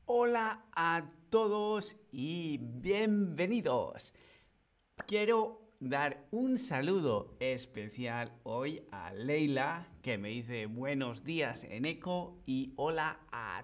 Hola a todos y bienvenidos. Quiero dar un saludo especial hoy a Leila, que me dice buenos días en eco, y hola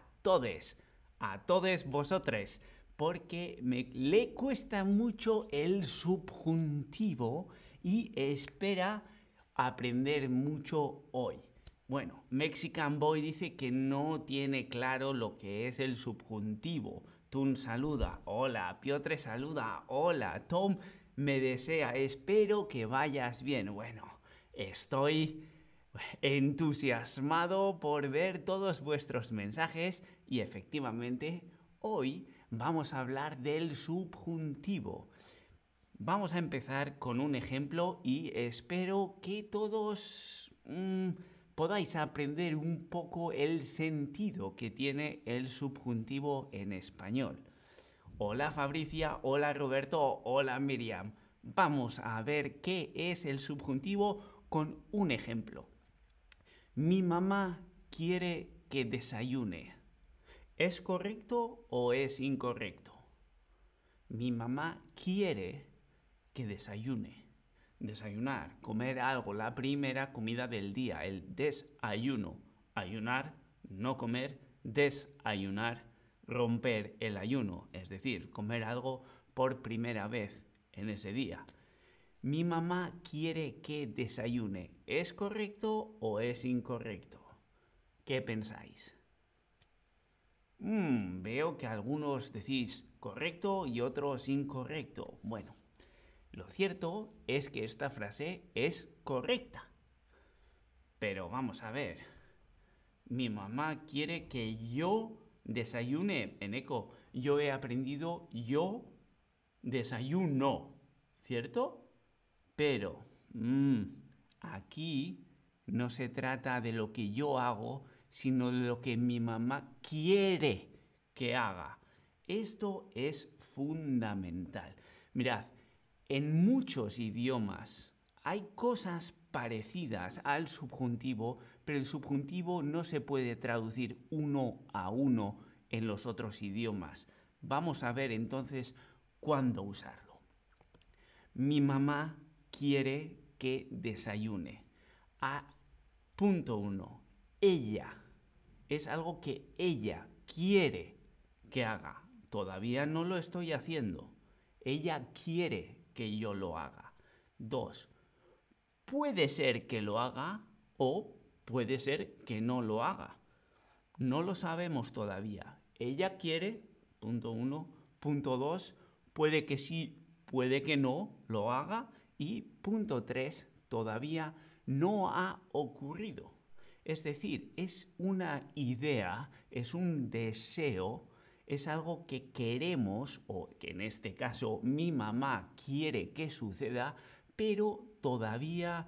a todos vosotros, porque le cuesta mucho el subjuntivo y espera aprender mucho hoy. Bueno, Mexican Boy dice que no tiene claro lo que es el subjuntivo. Tun saluda, hola. Piotr saluda, hola. Tom me desea, espero que vayas bien. Bueno, estoy entusiasmado por ver todos vuestros mensajes y efectivamente hoy vamos a hablar del subjuntivo. Vamos a empezar con un ejemplo y espero que todos podáis aprender un poco el sentido que tiene el subjuntivo en español. Hola Fabricia, hola Roberto, hola Miriam. Vamos a ver qué es el subjuntivo con un ejemplo. Mi mamá quiere que desayune. ¿Es correcto o es incorrecto? Mi mamá quiere que desayune. Desayunar, comer algo, la primera comida del día, el desayuno. Ayunar, no comer, desayunar, romper el ayuno, es decir, comer algo por primera vez en ese día. Mi mamá quiere que desayune. ¿Es correcto o es incorrecto? ¿Qué pensáis? Veo que algunos decís correcto y otros incorrecto. Bueno, lo cierto es que esta frase es correcta. Pero vamos a ver. Mi mamá quiere que yo desayune. En eco, yo he aprendido yo desayuno. ¿Cierto? Pero aquí no se trata de lo que yo hago, sino de lo que mi mamá quiere que haga. Esto es fundamental. Mirad, en muchos idiomas hay cosas parecidas al subjuntivo, pero el subjuntivo no se puede traducir uno a uno en los otros idiomas. Vamos a ver entonces cuándo usarlo. Mi mamá quiere que desayune. Punto 1. Ella. Es algo que ella quiere que haga. Todavía no lo estoy haciendo. Ella quiere que yo lo haga. 2. Puede ser que lo haga o puede ser que no lo haga. No lo sabemos todavía. Ella quiere, punto 1. Punto 2. Puede que sí, puede que no lo haga. Y punto 3. Todavía no ha ocurrido. Es decir, es una idea, es un deseo, es algo que queremos, o que en este caso mi mamá quiere que suceda, pero todavía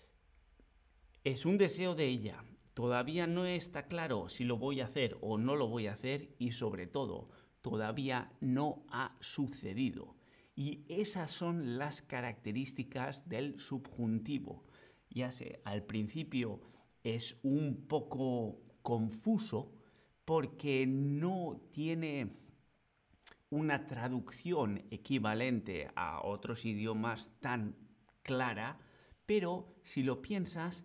es un deseo de ella. Todavía no está claro si lo voy a hacer o no lo voy a hacer y sobre todo, todavía no ha sucedido. Y esas son las características del subjuntivo. Ya sé, al principio es un poco confuso porque no tiene una traducción equivalente a otros idiomas tan clara, pero si lo piensas,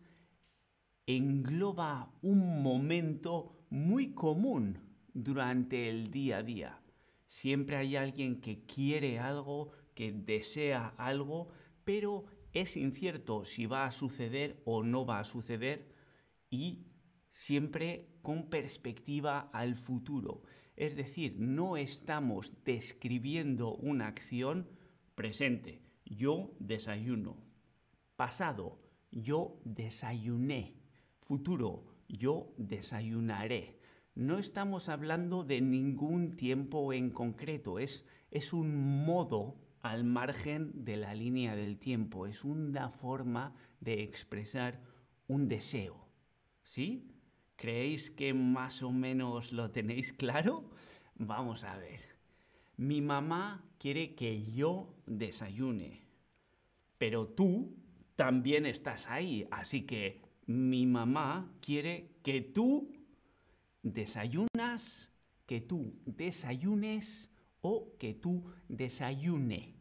engloba un momento muy común durante el día a día. Siempre hay alguien que quiere algo, que desea algo, pero es incierto si va a suceder o no va a suceder y siempre con perspectiva al futuro. Es decir, no estamos describiendo una acción presente. Yo desayuno. Pasado, yo desayuné. Futuro, yo desayunaré. No estamos hablando de ningún tiempo en concreto, es un modo al margen de la línea del tiempo, es una forma de expresar un deseo. ¿Sí? ¿Creéis que más o menos lo tenéis claro? Vamos a ver. Mi mamá quiere que yo desayune, pero tú también estás ahí, así que mi mamá quiere que tú desayunas, que tú desayunes o que tú desayune.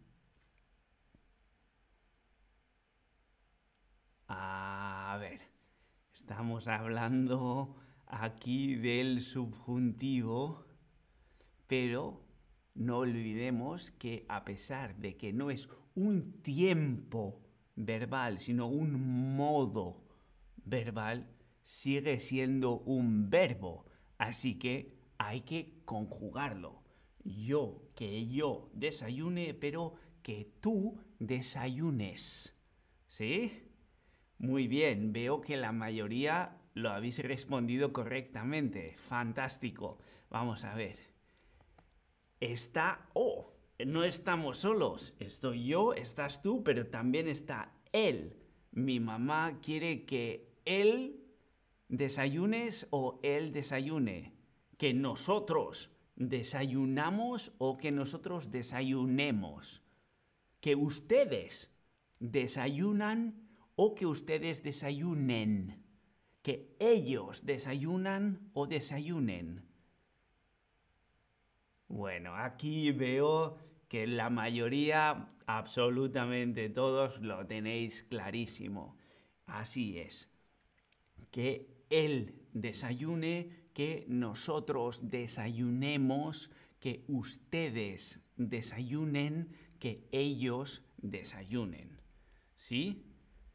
A ver, estamos hablando aquí del subjuntivo, pero no olvidemos que a pesar de que no es un tiempo verbal, sino un modo verbal, sigue siendo un verbo. Así que hay que conjugarlo. Que yo desayune, pero que tú desayunes. ¿Sí? Muy bien, veo que la mayoría lo habéis respondido correctamente. Fantástico. Vamos a ver. No estamos solos. Estoy yo, estás tú, pero también está él. Mi mamá quiere que él desayunes o él desayune. Que nosotros desayunamos o que nosotros desayunemos. Que ustedes desayunan o que ustedes desayunen. Que ellos desayunan o desayunen. Bueno, aquí veo que la mayoría, absolutamente todos, lo tenéis clarísimo. Así es. Que él desayune, que nosotros desayunemos, que ustedes desayunen, que ellos desayunen. ¿Sí?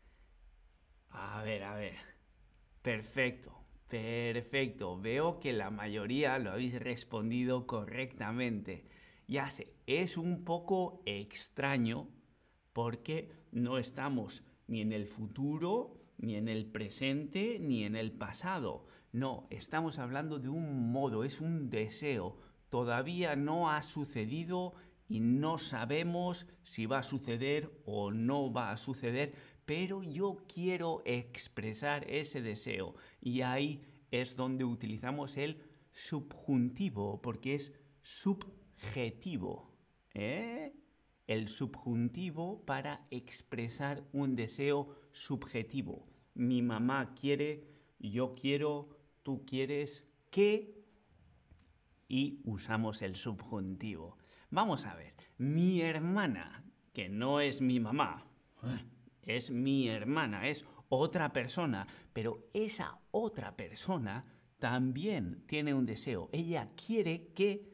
A ver, a ver. Perfecto, perfecto. Veo que la mayoría lo habéis respondido correctamente. Ya sé, es un poco extraño porque no estamos ni en el futuro, ni en el presente, ni en el pasado. No, estamos hablando de un modo, es un deseo. Todavía no ha sucedido y no sabemos si va a suceder o no va a suceder, pero yo quiero expresar ese deseo. Y ahí es donde utilizamos el subjuntivo, porque es subjetivo. ¿Eh? El subjuntivo para expresar un deseo subjetivo. Mi mamá quiere, yo quiero, tú quieres, que, y usamos el subjuntivo. Vamos a ver, mi hermana, que no es mi mamá, es mi hermana, es otra persona, pero esa otra persona también tiene un deseo. Ella quiere que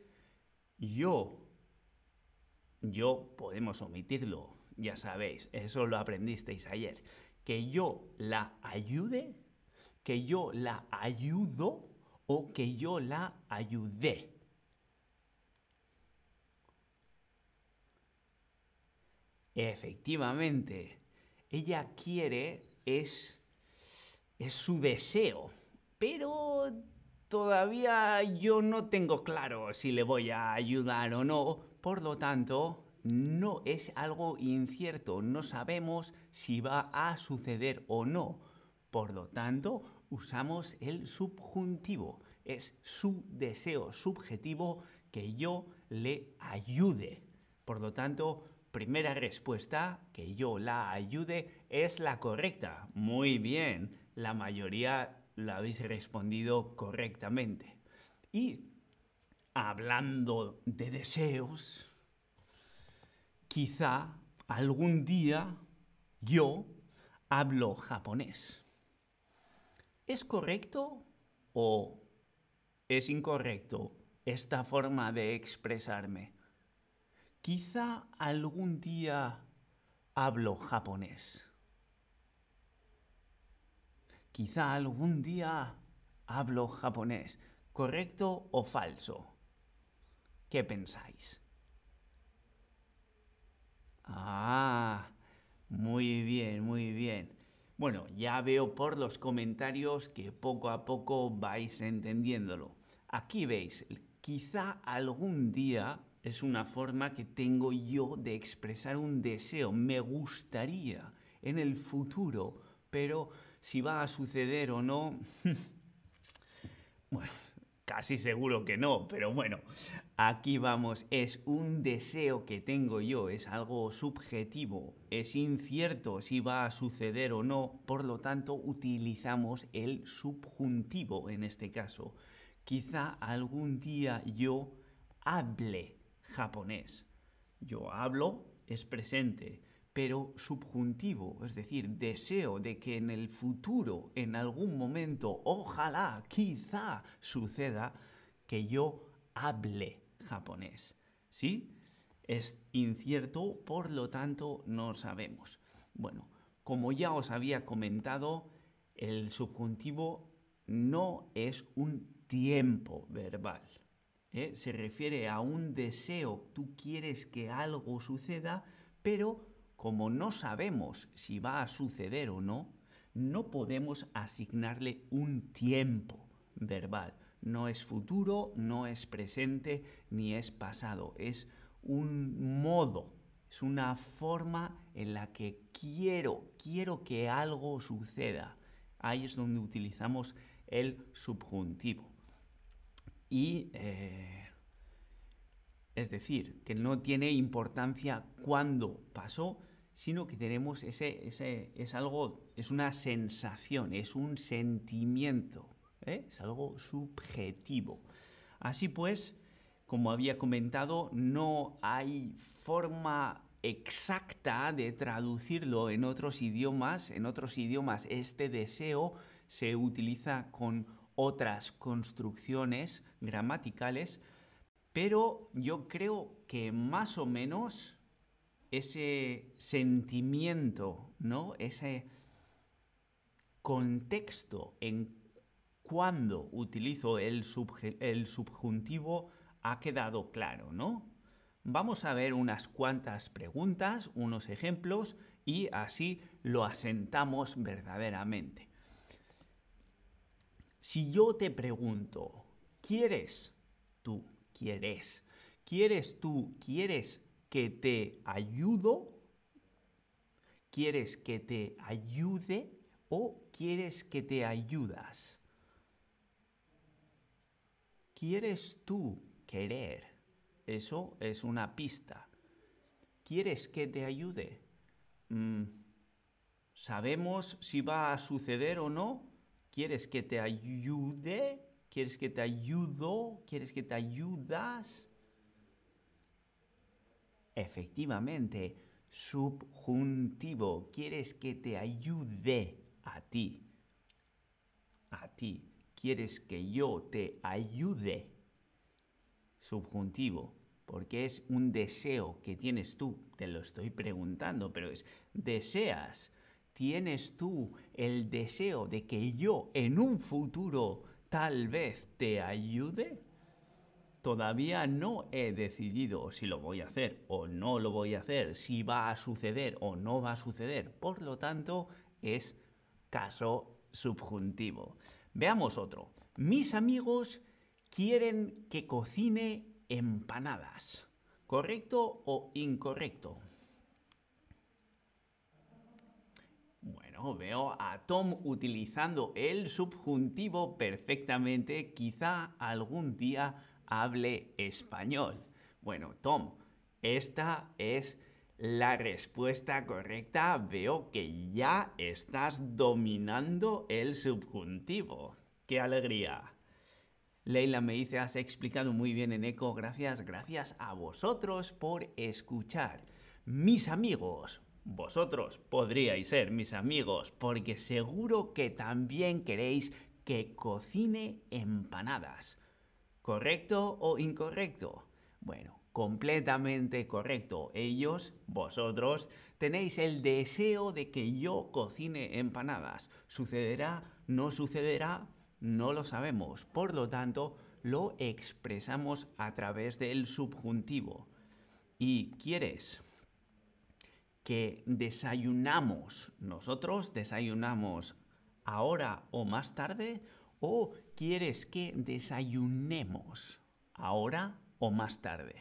yo podemos omitirlo, ya sabéis, eso lo aprendisteis ayer, que yo la ayude, que yo la ayudo o que yo la ayudé. Efectivamente, ella quiere, es su deseo, pero todavía yo no tengo claro si le voy a ayudar o no, por lo tanto, no es algo incierto, no sabemos si va a suceder o no. Por lo tanto, usamos el subjuntivo, es su deseo subjetivo que yo le ayude. Por lo tanto, primera respuesta, que yo la ayude, es la correcta. Muy bien, la mayoría la habéis respondido correctamente. Y hablando de deseos, quizá algún día yo hablo japonés. ¿Es correcto o es incorrecto esta forma de expresarme? Quizá algún día hablo japonés. Quizá algún día hablo japonés. ¿Correcto o falso? ¿Qué pensáis? Ah, muy bien, muy bien. Bueno, ya veo por los comentarios que poco a poco vais entendiéndolo. Aquí veis, quizá algún día es una forma que tengo yo de expresar un deseo. Me gustaría en el futuro, pero si va a suceder o no, bueno, casi seguro que no, pero bueno, aquí vamos, es un deseo que tengo yo, es algo subjetivo, es incierto si va a suceder o no, por lo tanto utilizamos el subjuntivo en este caso, Quizá algún día yo hable japonés. Yo hablo es presente, pero subjuntivo, es decir, deseo de que en el futuro, en algún momento, ojalá, quizá suceda que yo hable japonés. ¿Sí? Es incierto, por lo tanto no sabemos. Bueno, como ya os había comentado, el subjuntivo no es un tiempo verbal. Se refiere a un deseo, tú quieres que algo suceda, pero como no sabemos si va a suceder o no, no podemos asignarle un tiempo verbal. No es futuro, no es presente, ni es pasado. Es un modo, es una forma en la que quiero que algo suceda. Ahí es donde utilizamos el subjuntivo. Y es decir, que no tiene importancia cuándo pasó, sino que tenemos es algo, es una sensación, es un sentimiento, es algo subjetivo. Así pues, como había comentado, no hay forma exacta de traducirlo en otros idiomas. En otros idiomas este deseo se utiliza con otras construcciones gramaticales, pero yo creo que más o menos ese sentimiento, ¿no? Ese contexto en cuando utilizo el subjuntivo ha quedado claro, ¿no? Vamos a ver unas cuantas preguntas, unos ejemplos y así lo asentamos verdaderamente. Si yo te pregunto, ¿quieres tú? ¿Quieres que te ayudo? ¿Quieres que te ayude o quieres que te ayudas? ¿Quieres tú querer? Eso es una pista. ¿Quieres que te ayude? ¿Sabemos si va a suceder o no? ¿Quieres que te ayude? ¿Quieres que te ayudo? ¿Quieres que te ayudas? Efectivamente, subjuntivo. ¿Quieres que te ayude a ti? A ti. ¿Quieres que yo te ayude? Subjuntivo. Porque es un deseo que tienes tú. Te lo estoy preguntando, pero es deseas. ¿Tienes tú el deseo de que yo en un futuro tal vez te ayude? Todavía no he decidido si lo voy a hacer o no lo voy a hacer, si va a suceder o no va a suceder. Por lo tanto, es caso subjuntivo. Veamos otro. Mis amigos quieren que cocine empanadas. ¿Correcto o incorrecto? Bueno, veo a Tom utilizando el subjuntivo perfectamente. Quizá algún día hable español. Bueno, Tom, esta es la respuesta correcta. Veo que ya estás dominando el subjuntivo. ¡Qué alegría! Leila me dice, has explicado muy bien en eco. Gracias a vosotros por escuchar. Mis amigos, vosotros podríais ser mis amigos porque seguro que también queréis que cocine empanadas. ¿Correcto o incorrecto? Bueno, completamente correcto. Ellos, vosotros, tenéis el deseo de que yo cocine empanadas. ¿Sucederá? ¿No sucederá? No lo sabemos. Por lo tanto, lo expresamos a través del subjuntivo. ¿Y quieres que desayunamos? ¿Nosotros desayunamos ahora o más tarde? ¿O quieres que desayunemos ahora o más tarde?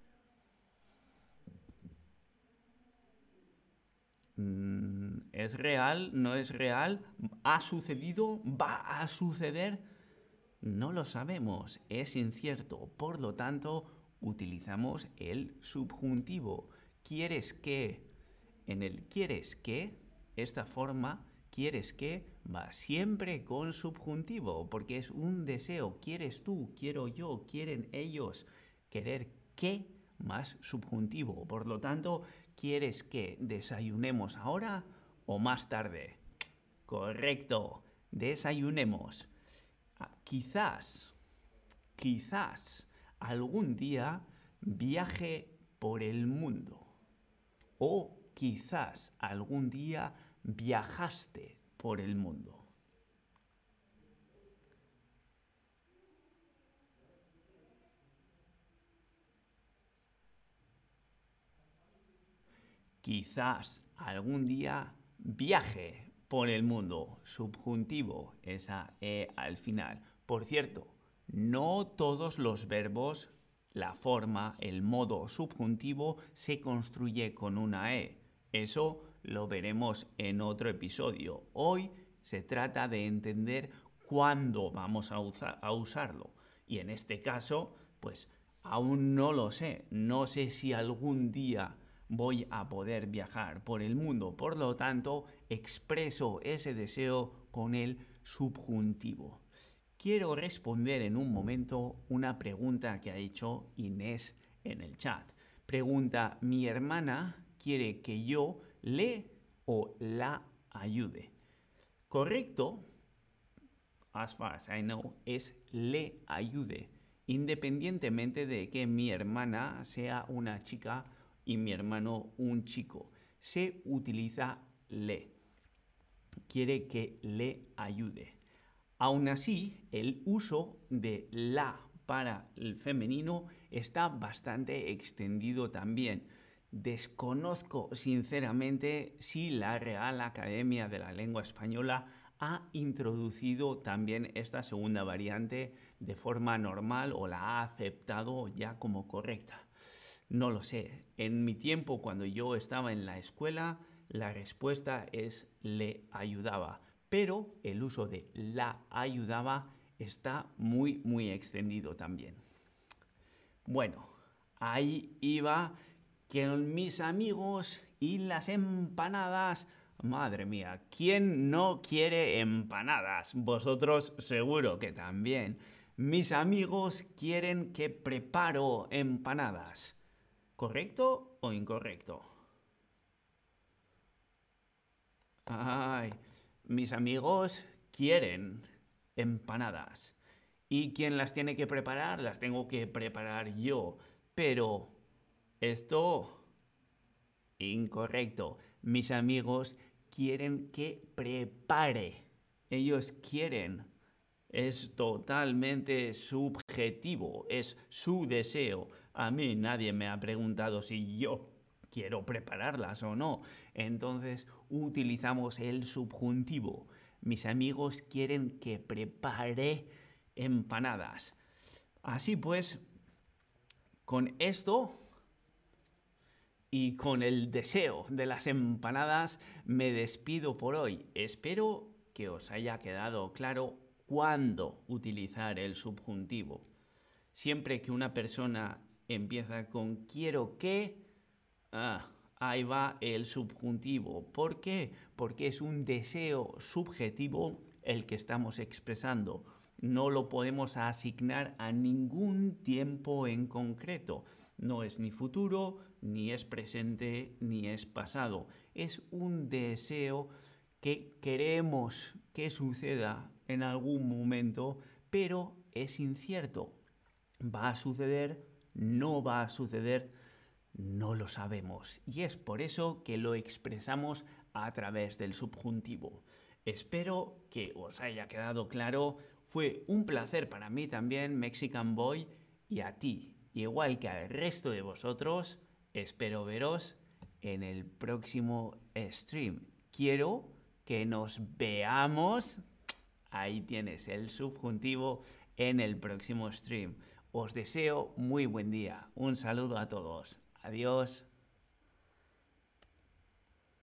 ¿Es real? ¿No es real? ¿Ha sucedido? ¿Va a suceder? No lo sabemos, es incierto. Por lo tanto, utilizamos el subjuntivo. ¿Quieres que? En el quieres que, esta forma, quieres que, va siempre con subjuntivo, porque es un deseo. Quieres tú, quiero yo, quieren ellos. Querer qué más subjuntivo. Por lo tanto, ¿quieres que desayunemos ahora o más tarde? Correcto, desayunemos. Quizás algún día viaje por el mundo. O quizás algún día viajaste por el mundo. Quizás algún día viaje por el mundo. Subjuntivo, esa E al final. Por cierto, no todos los verbos, la forma, el modo subjuntivo se construye con una E. Eso lo veremos en otro episodio. Hoy se trata de entender cuándo vamos a usarlo. Y en este caso, pues aún no lo sé. No sé si algún día voy a poder viajar por el mundo. Por lo tanto, expreso ese deseo con el subjuntivo. Quiero responder en un momento una pregunta que ha hecho Inés en el chat. Pregunta, mi hermana quiere que yo le o la ayude. Correcto, as far as I know, es le ayude, independientemente de que mi hermana sea una chica y mi hermano un chico. Se utiliza le. Quiere que le ayude. Aún así, el uso de la para el femenino está bastante extendido también. Desconozco sinceramente si la Real Academia de la Lengua Española ha introducido también esta segunda variante de forma normal o la ha aceptado ya como correcta. No lo sé. En mi tiempo, cuando yo estaba en la escuela, la respuesta es le ayudaba. Pero el uso de la ayudaba está muy extendido también. Bueno, ahí iba con mis amigos y las empanadas. Madre mía, ¿quién no quiere empanadas? Vosotros seguro que también. Mis amigos quieren que preparo empanadas. ¿Correcto o incorrecto? Ay, mis amigos quieren empanadas. ¿Y quién las tiene que preparar? Las tengo que preparar yo. Pero esto, incorrecto. Mis amigos quieren que prepare. Ellos quieren. Es totalmente subjetivo, es su deseo. A mí nadie me ha preguntado si yo quiero prepararlas o no. Entonces utilizamos el subjuntivo. Mis amigos quieren que prepare empanadas. Así pues, con esto y con el deseo de las empanadas me despido por hoy. Espero que os haya quedado claro cuándo utilizar el subjuntivo. Siempre que una persona empieza con quiero que, ahí va el subjuntivo. ¿Por qué? Porque es un deseo subjetivo el que estamos expresando. No lo podemos asignar a ningún tiempo en concreto. No es ni futuro, ni es presente, ni es pasado. Es un deseo que queremos que suceda en algún momento, pero es incierto. ¿Va a suceder? ¿No va a suceder? No lo sabemos. Y es por eso que lo expresamos a través del subjuntivo. Espero que os haya quedado claro. Fue un placer para mí también, Mexican Boy, y a ti, igual que al resto de vosotros, espero veros en el próximo stream. Quiero que nos veamos. Ahí tienes el subjuntivo en el próximo stream. Os deseo muy buen día. Un saludo a todos. Adiós.